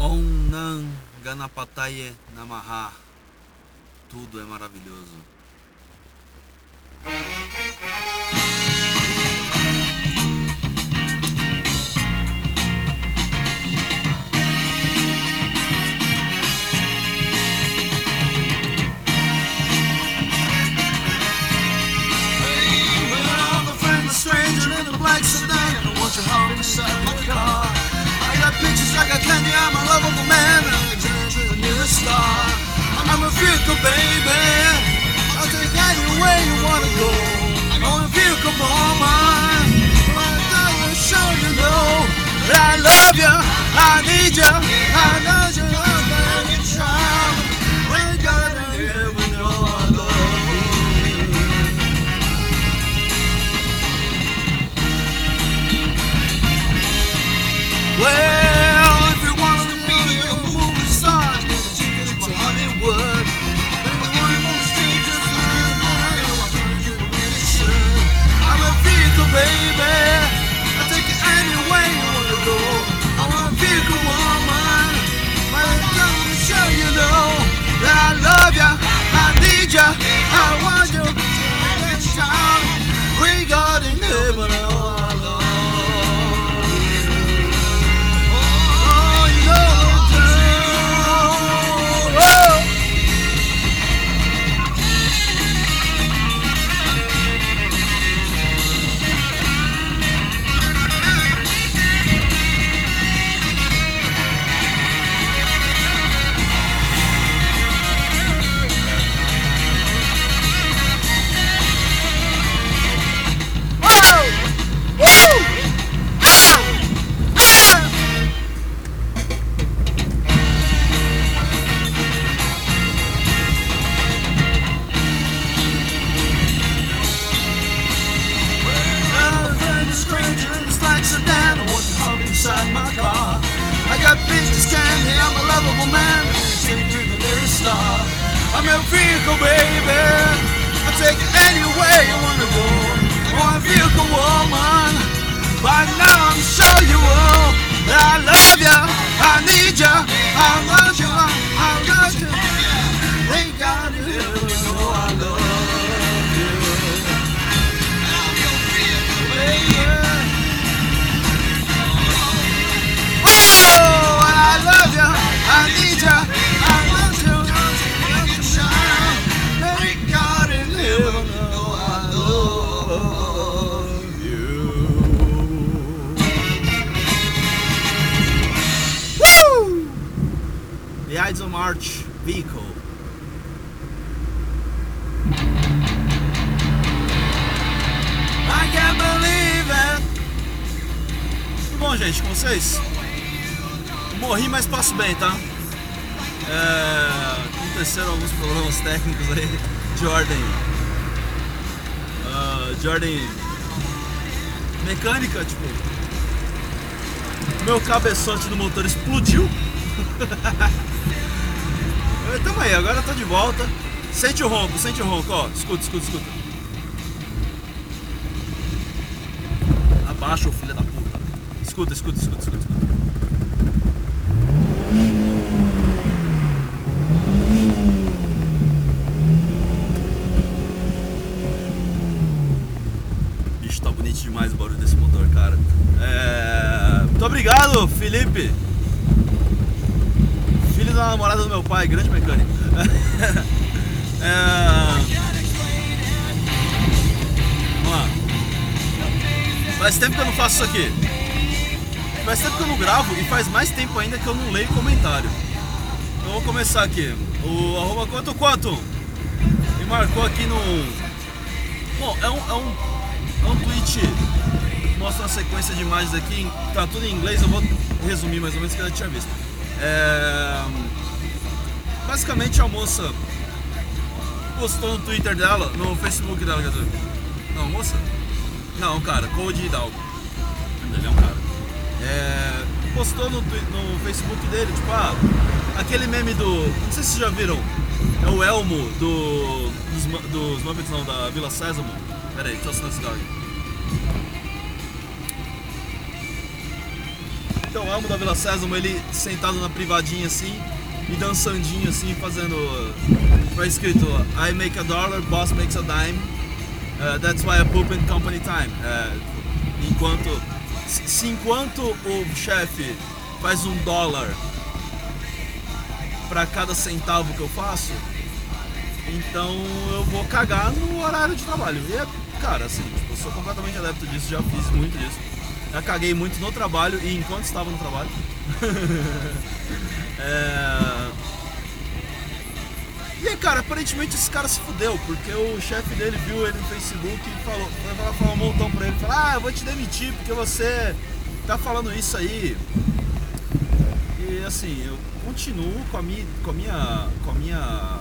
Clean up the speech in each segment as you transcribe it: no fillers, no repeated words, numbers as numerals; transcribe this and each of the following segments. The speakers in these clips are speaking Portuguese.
Om Nam Ganapataye Namaha. Tudo é maravilhoso. Black sedan, and I want you home inside my car. I got pictures like a candy, I'm a lovable man, and I'm the nearest star. I'm a vehicle, baby. I'll take anywhere you wanna go. I'm a vehicle, woman. I'll show you know that I love you, I need you, I know you love me, and child. We gotta live with your love. Well, if you want to be a movie star, take it to Hollywood. I'm a vehicle, baby. I take you anywhere you want to go. I'm a vehicle woman. But I'm gonna show you know that I love you, I need you, I want you. Next time we got in heaven, oh, I love. Inside my car, I got business candy, I'm a lovable man, and you're the nearest star. I'm your vehicle, baby. I take you anywhere you wanna go. I'm a vehicle woman. By now I'm sure you will that I love you, I need you, I want you, I got you. They got you, you know I love you. I'm your vehicle, baby. I love you, I need you, I want you, I can shine. Thank God in heaven, oh, I love you. Woo! The Ides of March vehicle. I can't believe it. Tudo bom, gente, com vocês? Morri, mas passo bem, tá? Aconteceram alguns problemas técnicos aí de ordem mecânica, tipo, meu cabeçote do motor explodiu. Tamo aí, agora eu tô de volta. Sente o ronco, ó, escuta. Abaixa, ô filho da puta. Escuta. Bicho, tá bonito demais o barulho desse motor, cara. Muito obrigado, Felipe. Filho da namorada do meu pai, grande mecânico. Vamos lá. Faz tempo que eu não faço isso aqui. Faz tempo que eu não gravo e faz mais tempo ainda que eu não leio comentário. Então vou começar aqui. O arroba quanto me marcou aqui no... Bom, é um tweet que mostra uma sequência de imagens aqui. Tá tudo em inglês, eu vou resumir mais ou menos o que eu já tinha visto. Basicamente a moça postou no Twitter dela, no Facebook dela, quer dizer. Não, moça? Não, cara, Cody Hidalgo. Ele é um cara. Postou no Facebook dele, tipo, aquele meme do... Não sei se vocês já viram. É o Elmo dos Muppets, não, da Vila Sésamo. Pera aí, deixa eu assinar esse carro aqui. Então, o Elmo da Vila Sésamo, ele sentado na privadinha assim, e dançandinho assim, fazendo... Foi escrito, I make a dollar, boss makes a dime, that's why I poop in company time. Enquanto o chefe faz $1 para cada centavo que eu faço, então eu vou cagar no horário de trabalho. E cara, assim, tipo, eu sou completamente adepto disso, já fiz muito disso. Já caguei muito no trabalho e enquanto estava no trabalho. E aí, cara, aparentemente esse cara se fudeu, porque o chefe dele viu ele no Facebook e falou um montão pra ele, falou, eu vou te demitir porque você tá falando isso aí. E assim, eu continuo com a minha...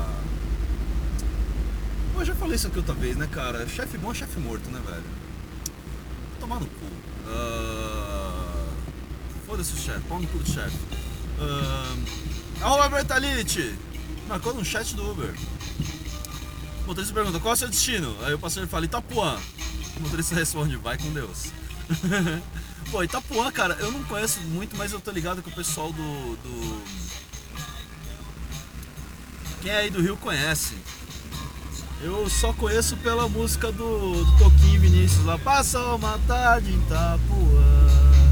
Eu já falei isso aqui outra vez, né, cara? Chefe bom é chefe morto, né, velho? Vou tomar no cu. Foda-se o chefe, pau no cu do chefe. Arroba Bertalite marcou no chat do Uber. O motorista pergunta, qual é o seu destino? Aí o passageiro fala, Itapuã. O motorista responde, vai com Deus. Pô, Itapuã, cara, eu não conheço muito, mas eu tô ligado que o pessoal do... Quem é aí do Rio conhece. Eu só conheço pela música do Toquinho Vinícius lá. Passa uma tarde em Itapuã,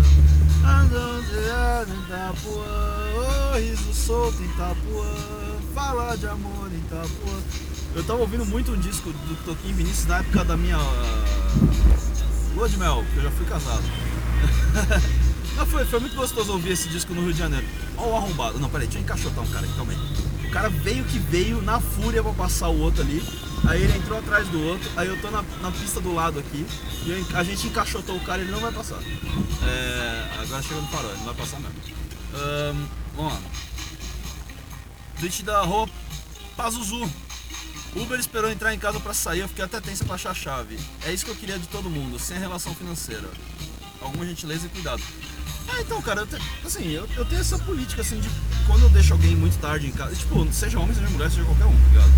andando em Itapuã, riso solto em Itapuã, fala de amor em Itapuã. Eu tava ouvindo muito um disco do Toquinho Vinícius na época da minha lua de mel, porque eu já fui casado. Não, foi muito gostoso ouvir esse disco no Rio de Janeiro. Ó o arrombado. Não, peraí, deixa eu encaixotar um cara aqui, calma aí. O cara veio na fúria pra passar o outro ali. Aí ele entrou atrás do outro, aí eu tô na pista do lado aqui e a gente encaixotou o cara e ele não vai passar. Agora chega no farol, ele não vai passar mesmo. Vamos lá. Tweet da Rua Pazuzu. Uber esperou entrar em casa pra sair, eu fiquei até tensa pra achar a chave. É isso que eu queria de todo mundo, sem relação financeira. Alguma gentileza e cuidado. Então, cara, eu tenho essa política assim de quando eu deixo alguém muito tarde em casa, tipo, seja homem, seja mulher, seja qualquer um, tá ligado?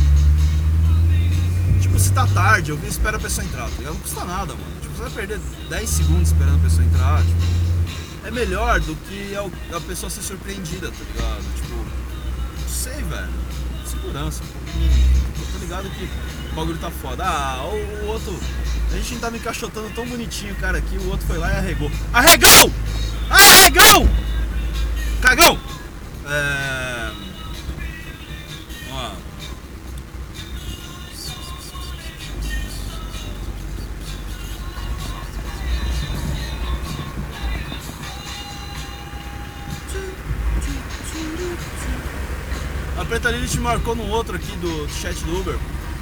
Tipo, se tá tarde, eu espero a pessoa entrar, tá ligado? Não custa nada, mano. Tipo, você vai perder 10 segundos esperando a pessoa entrar, tipo, é melhor do que a pessoa ser surpreendida, tá ligado? Tipo, não sei, velho. Segurança, eu tô ligado que o bagulho tá foda. O outro, a gente tá me encaixotando tão bonitinho, cara, aqui, o outro foi lá e arregou. Arregão! Arregão! Cagão! Ó. A Preta Lilith marcou num outro aqui do chat do Uber,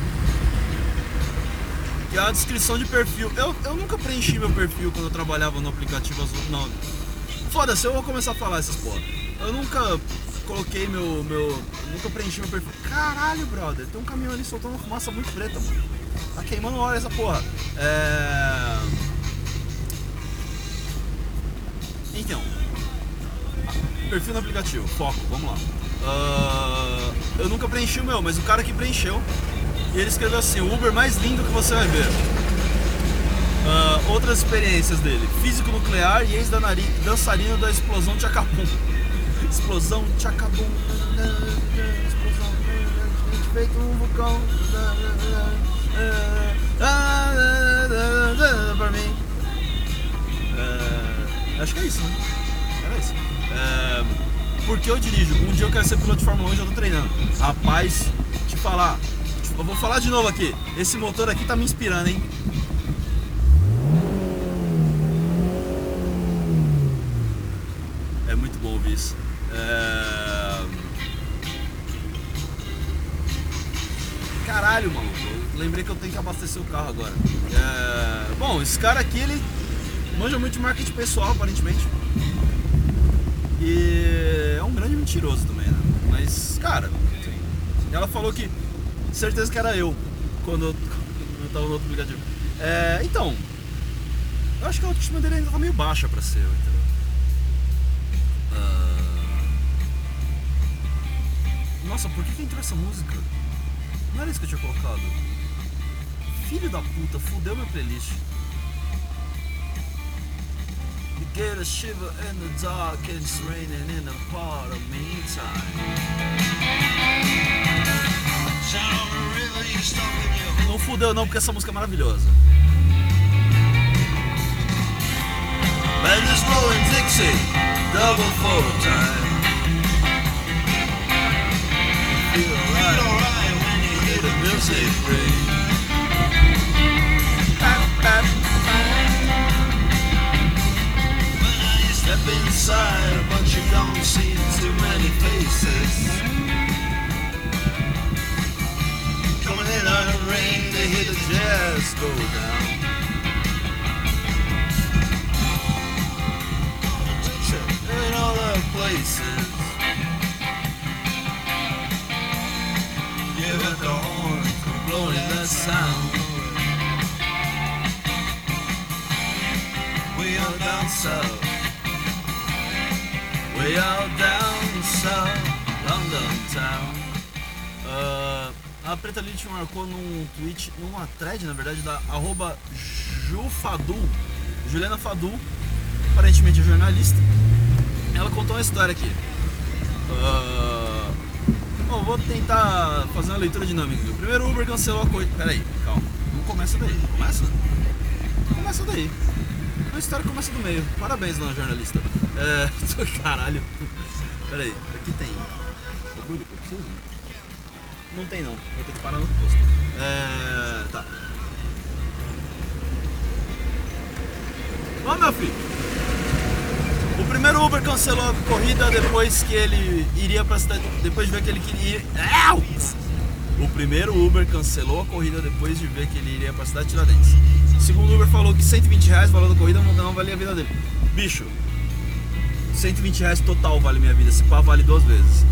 que é a descrição de perfil. Eu nunca preenchi meu perfil quando eu trabalhava no aplicativo Azul. Não. Foda-se, eu vou começar a falar essas porra. Eu nunca coloquei nunca preenchi meu perfil. Caralho, brother, tem um caminhão ali soltando uma fumaça muito preta, mano. Tá queimando óleo essa porra. Então, perfil no aplicativo, foco, vamos lá. Eu nunca preenchi o meu, mas o cara que preencheu, e ele escreveu assim, o Uber mais lindo que você vai ver. Outras experiências dele, físico nuclear e ex-dançarino da explosão de Chacabum. Explosão de Chacabum. Explosão feito um vulcão. Pra mim. Acho que é isso, né? Era isso. Porque eu dirijo. Um dia eu quero ser piloto de Fórmula 1 e já tô treinando. Rapaz, te falar. Eu vou falar de novo aqui. Esse motor aqui tá me inspirando, hein? É muito bom ouvir isso. Caralho, mano. Eu lembrei que eu tenho que abastecer o carro agora. Bom, esse cara aqui, ele manja muito de marketing pessoal, aparentemente. E é um grande mentiroso também, né? Mas, cara, assim, ela falou que certeza que era eu quando eu tava no outro aplicativo. Então, eu acho que a autoestima dele ainda tá meio baixa pra ser, entendeu? Nossa, por que entrou essa música? Não era isso que eu tinha colocado. Filho da puta, fudeu minha playlist. Me get a shiver in the dark, it's raining in a part of meantime. Não fudeu não, porque essa música é maravilhosa. Bandits rolling Dixie, double four time. Feel alright when you hear the music ring. When you step inside, but you don't see too many faces. Coming in on the rain, they hear the jazz go down. In all the places, yeah, but the horns were blowing that sound. Way out down south, way out down south, London town. A Preta Lilith marcou num tweet, numa thread, na verdade, da @JuFadu, Juliana Fadu, aparentemente é jornalista. Ela contou uma história aqui. Bom, vou tentar fazer uma leitura dinâmica. O primeiro Uber cancelou a corrida. Pera aí, calma. Não começa daí. Começa? Começa daí. A história começa do meio. Parabéns, dona jornalista. Caralho. Pera aí, aqui tem. Eu preciso? Não tem não. Vou ter que parar no posto. Tá. Ó, meu filho. O primeiro Uber cancelou a corrida depois que ele iria pra cidade. Depois de ver que ele queria. O primeiro Uber cancelou a corrida depois de ver que ele iria pra cidade de Tiradentes. O segundo Uber falou que R$120 o valor da corrida não valia a vida dele. Bicho, R$120 total vale minha vida. Se pá, vale 2 vezes.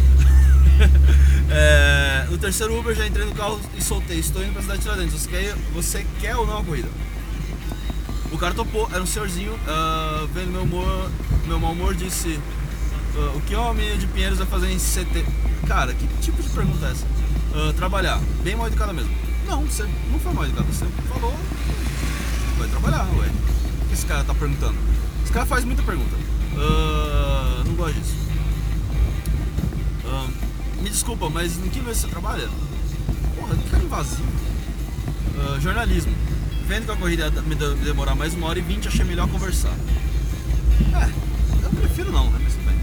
No terceiro Uber já entrei no carro e soltei. Estou indo pra cidade de Tiradentes. Você quer ou não a corrida? O cara topou, era um senhorzinho, vendo meu mau humor, disse: o que uma menina de Pinheiros vai fazer em CT? Cara, que tipo de pergunta é essa? Trabalhar, bem mal educada mesmo. Não, você não foi mal educada, você falou, vai trabalhar, ué. O que esse cara tá perguntando? Esse cara faz muita pergunta. Não gosto disso. Me desculpa, mas em que mês você trabalha? Porra, que cara invasivo. Jornalismo. Vendo que a corrida ia me demorar mais 1h20, achei melhor conversar. Eu prefiro não, né? Mas tudo bem.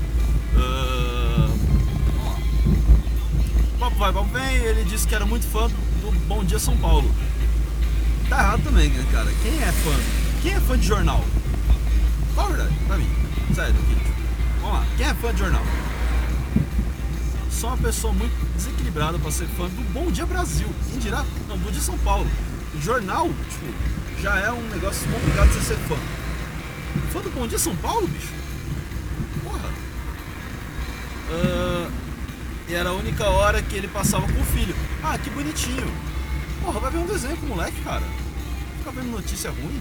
Vamos lá. Papo vai, papo vem. Ele disse que era muito fã do Bom Dia São Paulo. Tá errado também, né, cara? Quem é fã? Quem é fã de jornal? Qual a verdade? Pra mim. Sério, aqui. Vamos lá. Quem é fã de jornal? Sou uma pessoa muito desequilibrada pra ser fã do Bom Dia Brasil. Quem dirá? Não, Bom Dia São Paulo. Jornal, tipo, já é um negócio complicado de você ser fã. Fã do Bom Dia São Paulo, bicho? Porra. E era a única hora que ele passava com o filho. Ah, que bonitinho. Porra, vai ver um desenho com o moleque, cara. Fica vendo notícia ruim.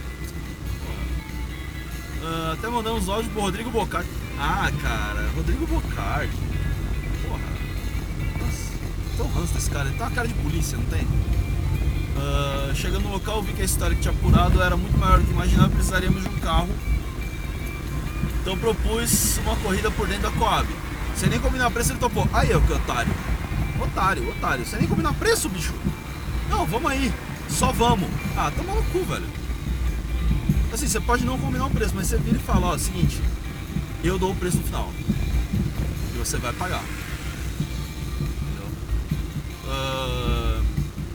Até mandando uns áudios pro Rodrigo Bocardi. Ah, cara, Rodrigo Bocardi. Porra. Nossa, tão ranço desse cara. Ele tem uma cara de polícia, não tem? Chegando no local, vi que a história que tinha apurado era muito maior do que imaginava e precisaríamos de um carro. Então propus uma corrida por dentro da Coab. Sem nem combinar preço, ele topou. Aí, que otário. Otário. Sem nem combinar preço, bicho. Não, vamos aí. Só vamos. Ah, toma no cu, velho. Assim, você pode não combinar o preço, mas você vira e fala, ó, seguinte, eu dou o preço no final. E você vai pagar. Entendeu?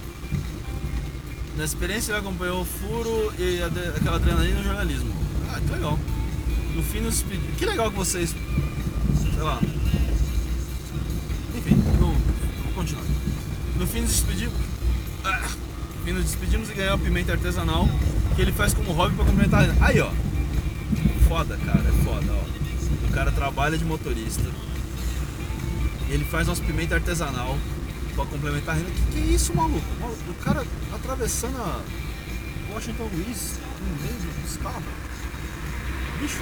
Na experiência ele acompanhou o furo e aquela adrenalina no jornalismo. Ah, que legal. No fim nos despedimos. Que legal que vocês. Sei lá. Enfim, vou continuar. No fim nos despedimos. Nos despedimos e ganhamos pimenta artesanal que ele faz como hobby pra complementar a renda. Aí, ó. Foda, cara, é foda, ó. O cara trabalha de motorista. Ele faz nossa pimenta artesanal pra complementar a renda. Que é isso, maluco? O cara atravessando a Washington Luiz no meio dos carros. Bicho.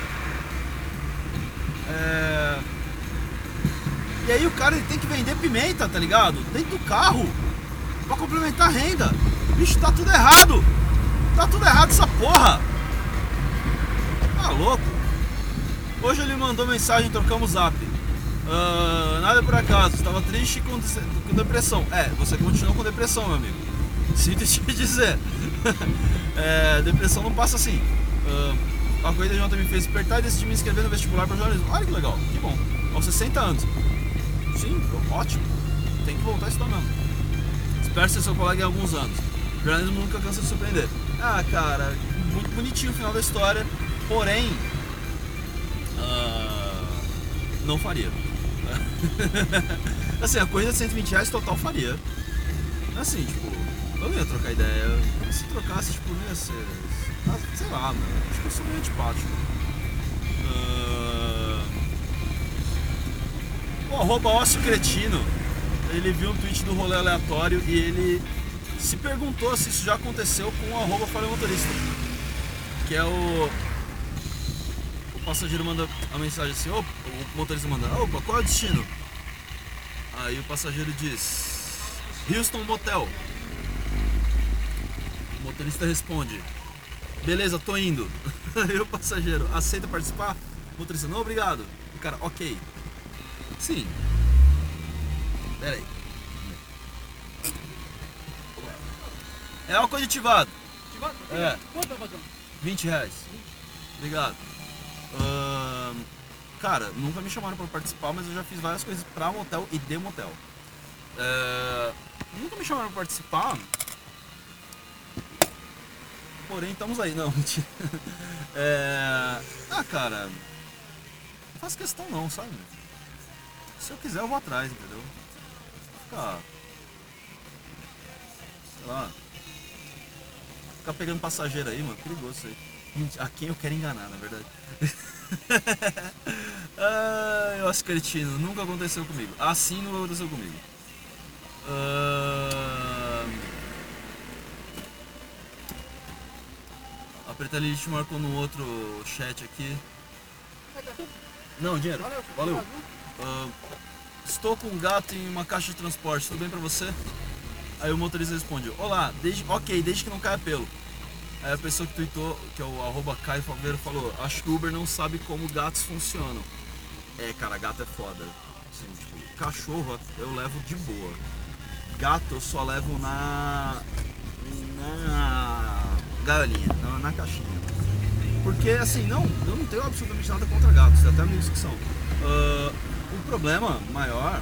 E aí o cara ele tem que vender pimenta, tá ligado? Dentro do carro. Pra complementar a renda. Bicho, tá tudo errado. Tá tudo errado essa porra. Ah, louco. Hoje ele mandou mensagem, trocamos zap. Nada por acaso, estava triste com depressão. Você continua com depressão, meu amigo. Sinto te dizer. Depressão não passa assim. A corrida de ontem me fez despertar e decidi me inscrever no vestibular para jornalismo. Olha que legal, que bom. Aos 60 anos. Sim, ótimo. Tem que voltar a estudar mesmo. Espero ser seu colega em alguns anos. O jornalismo nunca cansa de surpreender. Ah, cara, muito bonitinho o final da história. Porém, não faria. Assim, a corrida de 120 reais total faria. Assim, tipo, eu não ia trocar ideia. Se trocasse, tipo, não ia ser. Sei lá, mano. Acho que eu sou meio antipático. O arroba Ócio Cretino, ele viu um tweet do rolê aleatório e ele se perguntou se isso já aconteceu com o arroba Falei Motorista. Que é o passageiro manda a mensagem assim, o motorista manda, opa, qual é o destino? Aí o passageiro diz, Houston Motel. O motorista responde, beleza, tô indo. Aí o passageiro, aceita participar? O motorista, não, obrigado. O cara, ok. Sim. Pera aí. É álcool aditivado. É. Quanto tá fazendo? 20 reais. Obrigado. Cara, nunca me chamaram pra participar, mas eu já fiz várias coisas pra motel e de motel. Nunca me chamaram pra participar. Porém, estamos aí. Não, mentira. Cara, não faço questão não, sabe? Se eu quiser eu vou atrás, entendeu? Ficar... sei lá... ficar pegando passageiro aí, mano, perigoso isso aí. A quem eu quero enganar, na verdade. Eu acho cretino, nunca aconteceu comigo. Assim não aconteceu comigo. A Preta Lilith marcou no outro chat aqui. Não, dinheiro. Valeu. Estou com um gato em uma caixa de transporte, tudo bem pra você? Aí o motorista responde, olá, desde que não caia pelo. Aí a pessoa que tweetou, que é o arroba Caio Faveiro, falou, acho que o Uber não sabe como gatos funcionam. Cara, gato é foda. Assim, tipo, cachorro eu levo de boa. Gato eu só levo na gaiolinha, na caixinha. Porque assim, eu não tenho absolutamente nada contra gatos, tem até amigos que são. O problema maior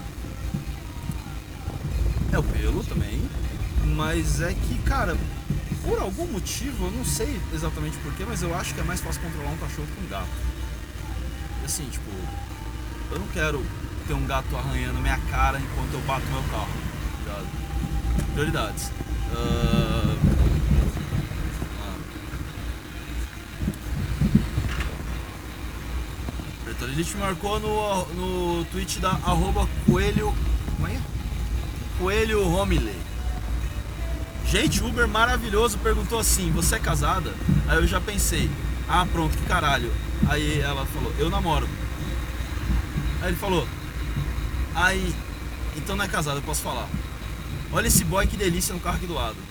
é o pelo também, mas é que, cara, por algum motivo, eu não sei exatamente porquê, mas eu acho que é mais fácil controlar um cachorro que um gato. Assim, tipo, eu não quero ter um gato arranhando minha cara enquanto eu bato meu carro, ligado? Prioridades. Ele te marcou no tweet da arroba Coelho. Como é? Coelho Romiley. Gente, Uber maravilhoso perguntou assim, você é casada? Aí eu já pensei, pronto, que caralho. Aí ela falou, eu namoro. Aí ele falou, então não é casado, eu posso falar. Olha esse boy, que delícia, no carro aqui do lado.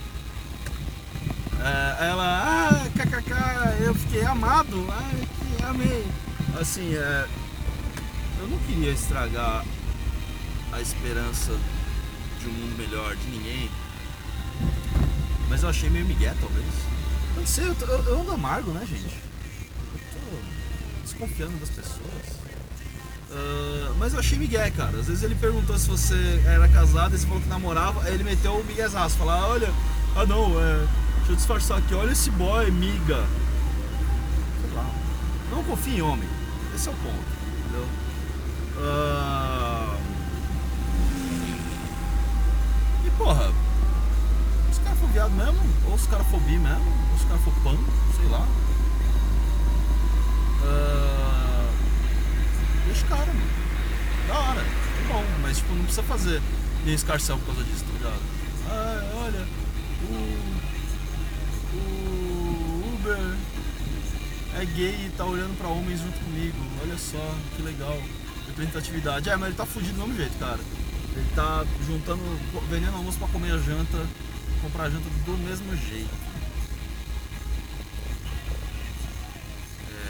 Aí ela, kkk, eu fiquei amado, que amei. Assim, eu não queria estragar a esperança de um mundo melhor de ninguém, mas eu achei meio migué, talvez. Eu não sei, eu ando amargo, né, gente? Eu tô desconfiando das pessoas. Mas eu achei migué, cara. Às vezes ele perguntou se você era casado e você falou que namorava, aí ele meteu o miguezaço, falar, olha, deixa eu disfarçar aqui, olha esse boy, miga. Sei lá. Não confia em homem. Esse é o ponto, entendeu? E porra, os caras for viado mesmo, ou os caras for bi mesmo, ou os caras for pan, sei lá. Deixa o cara, mano. Da hora, é bom, mas tipo, não precisa fazer nem escarcel por causa disso, tá ligado? Olha, o Uber é gay e tá olhando pra homens junto comigo, olha só, que legal, representatividade. Mas ele tá fudido do mesmo jeito, cara. Ele tá vendendo almoço pra comer a janta, comprar a janta do mesmo jeito.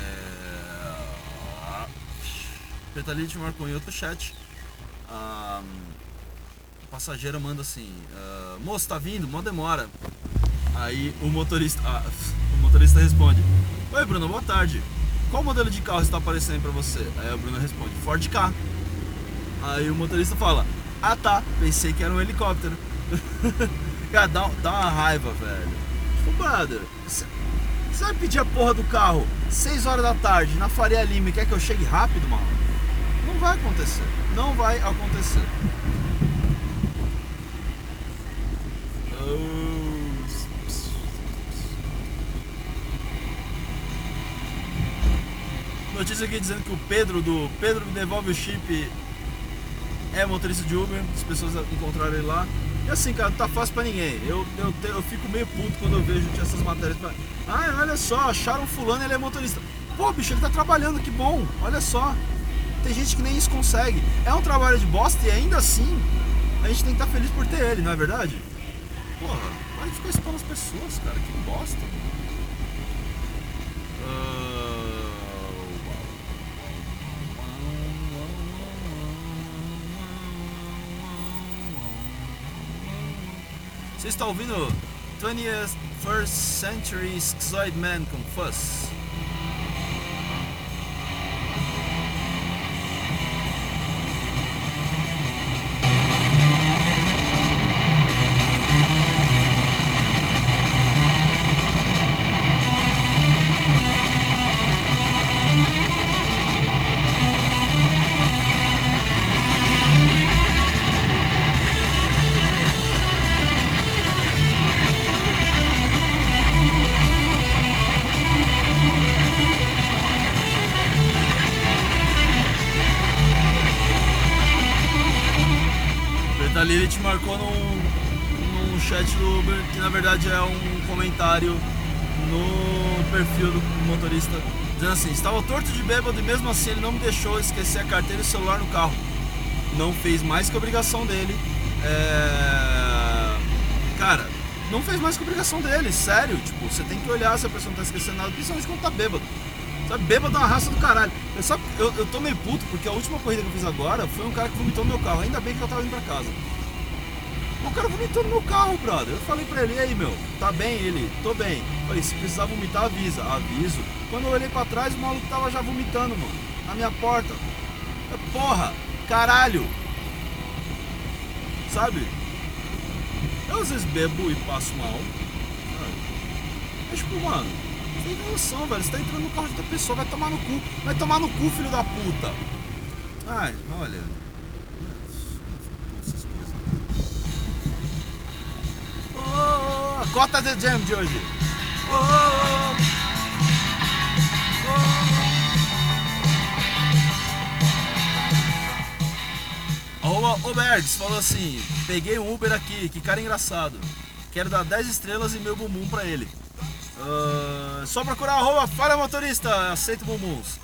Preta Lilith marcou em outro chat. A passageira manda assim: moço, tá vindo? Mó demora. Aí o motorista responde: oi Bruno, boa tarde. Qual modelo de carro está aparecendo pra você? Aí o Bruno responde: Ford K. Aí o motorista fala: ah tá, pensei que era um helicóptero. Cara, dá uma raiva, velho. Tipo, brother, você vai pedir a porra do carro 6 horas da tarde na Faria Lima e quer que eu chegue rápido, mano? Não vai acontecer. Não vai acontecer. Notícia aqui dizendo que o Pedro me devolve o chip é motorista de Uber, as pessoas encontraram ele lá. E assim, cara, não tá fácil pra ninguém. Eu fico meio puto quando eu vejo essas matérias. Ah, olha só, acharam fulano, ele é motorista. Pô, bicho, ele tá trabalhando, que bom, olha só. Tem gente que nem isso consegue. É um trabalho de bosta e ainda assim a gente tem que estar feliz por ter ele, não é verdade? Porra, para de ficar expondo as pessoas, cara, que bosta. Você está ouvindo 21st Century Schizoid Man com Fuss. A Lilith marcou num chat do Uber, que na verdade é um comentário no perfil do motorista, dizendo assim: estava torto de bêbado e mesmo assim ele não me deixou esquecer a carteira e o celular no carro. Não fez mais que a obrigação dele. Cara, não fez mais que a obrigação dele, sério. Tipo, você tem que olhar se a pessoa não tá esquecendo nada, principalmente quando tá bêbado. Sabe, bêbado é uma raça do caralho. Eu tô meio puto porque a última corrida que eu fiz agora foi um cara que vomitou no meu carro. Ainda bem que eu tava indo pra casa. O cara vomitou no meu carro, brother. Eu falei pra ele: e aí, meu, tá bem? Ele: tô bem. Eu falei: se precisar vomitar, avisa. Aviso. Quando eu olhei pra trás, o maluco tava já vomitando, mano, na minha porta. Porra, caralho. Sabe? Eu às vezes bebo e passo mal. Mas tipo, mano, você tem noção, velho. Você tá entrando no carro de outra pessoa, vai tomar no cu. Vai tomar no cu, filho da puta. Ai, olha. A cota de jam de hoje. O Bergs falou assim: peguei um Uber aqui, que cara engraçado. Quero dar 10 estrelas e meu bumbum pra ele. Só procurar @Falha Motorista, aceito bumbuns.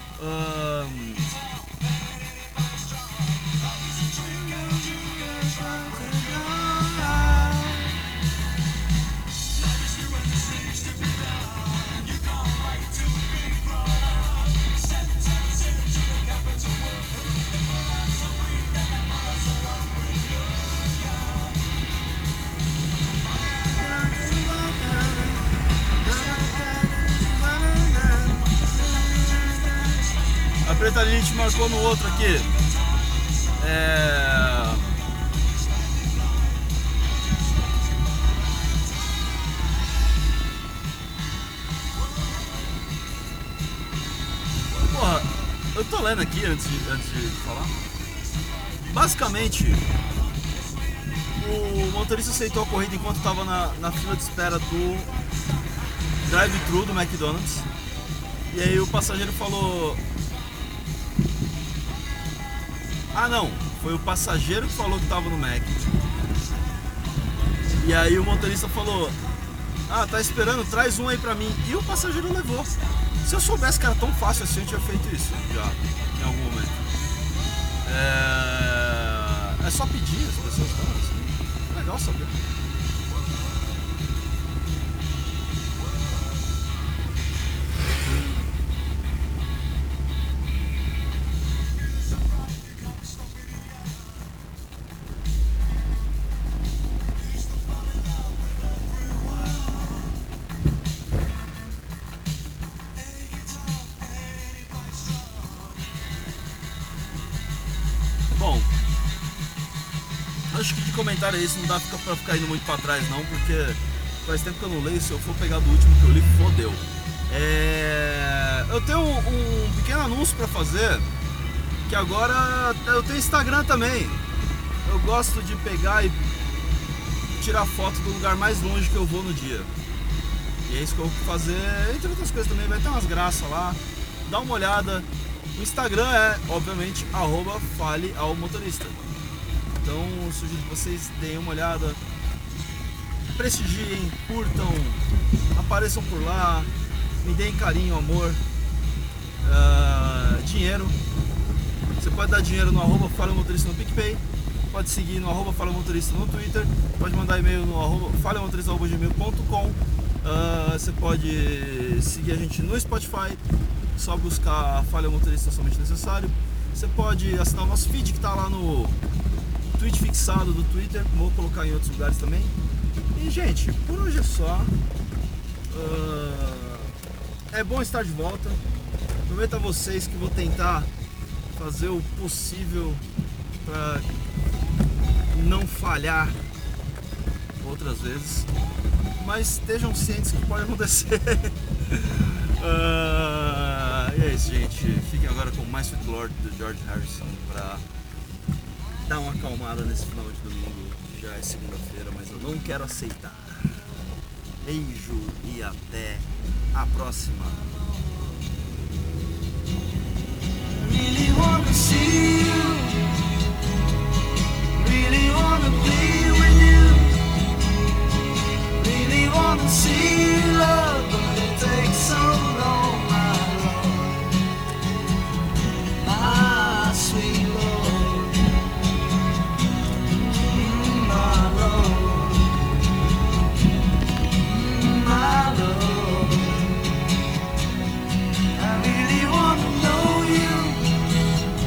A Preta Lilith marcou no outro aqui. Porra, eu tô lendo aqui antes de falar. Basicamente, o motorista aceitou a corrida enquanto estava na fila de espera do drive-thru do McDonald's. E aí o passageiro falou: ah não, foi o passageiro que falou que estava no Mac. E aí o motorista falou: ah, tá esperando, traz um aí pra mim. E o passageiro levou. Se eu soubesse que era tão fácil assim, eu tinha feito isso já, em algum momento. É só pedir, as pessoas estão assim. É legal saber. Acho que de comentário isso não dá pra ficar indo muito pra trás não, porque faz tempo que eu não leio, se eu for pegar do último que eu li, fodeu. Eu tenho um pequeno anúncio pra fazer, que agora eu tenho Instagram também. Eu gosto de pegar e tirar foto do lugar mais longe que eu vou no dia. E é isso que eu vou fazer, entre outras coisas também, vai ter umas graças lá. Dá uma olhada. O Instagram é, obviamente, @faleaomotorista. Então, sugiro que vocês deem uma olhada, prestigiem, curtam, apareçam por lá, me deem carinho, amor, dinheiro. Você pode dar dinheiro no @faleaomotorista no PicPay, pode seguir no @faleaomotorista no Twitter, pode mandar e-mail no faleaomotorista@gmail.com. Você pode seguir a gente no Spotify, só buscar Falha Motorista Somente Necessário. Você pode assinar o nosso feed que está lá no tweet fixado do Twitter, vou colocar em outros lugares também. E gente, por hoje é só. É bom estar de volta. Prometo a vocês que vou tentar fazer o possível para não falhar outras vezes, mas estejam cientes que pode acontecer. E é isso, gente. Fiquem agora com My Sweet Lord do George Harrison pra dar uma acalmada nesse final de domingo. Já é segunda-feira, mas eu não quero aceitar. Beijo e até a próxima. Really wanna see you, really wanna be with you, really wanna see love, but it takes so long, my Lord, my sweet Lord, my Lord, my Lord. I really wanna know you,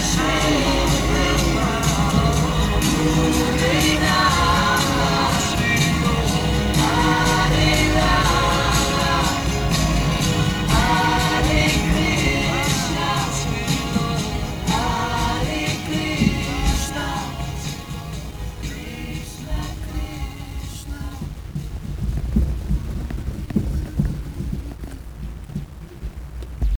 say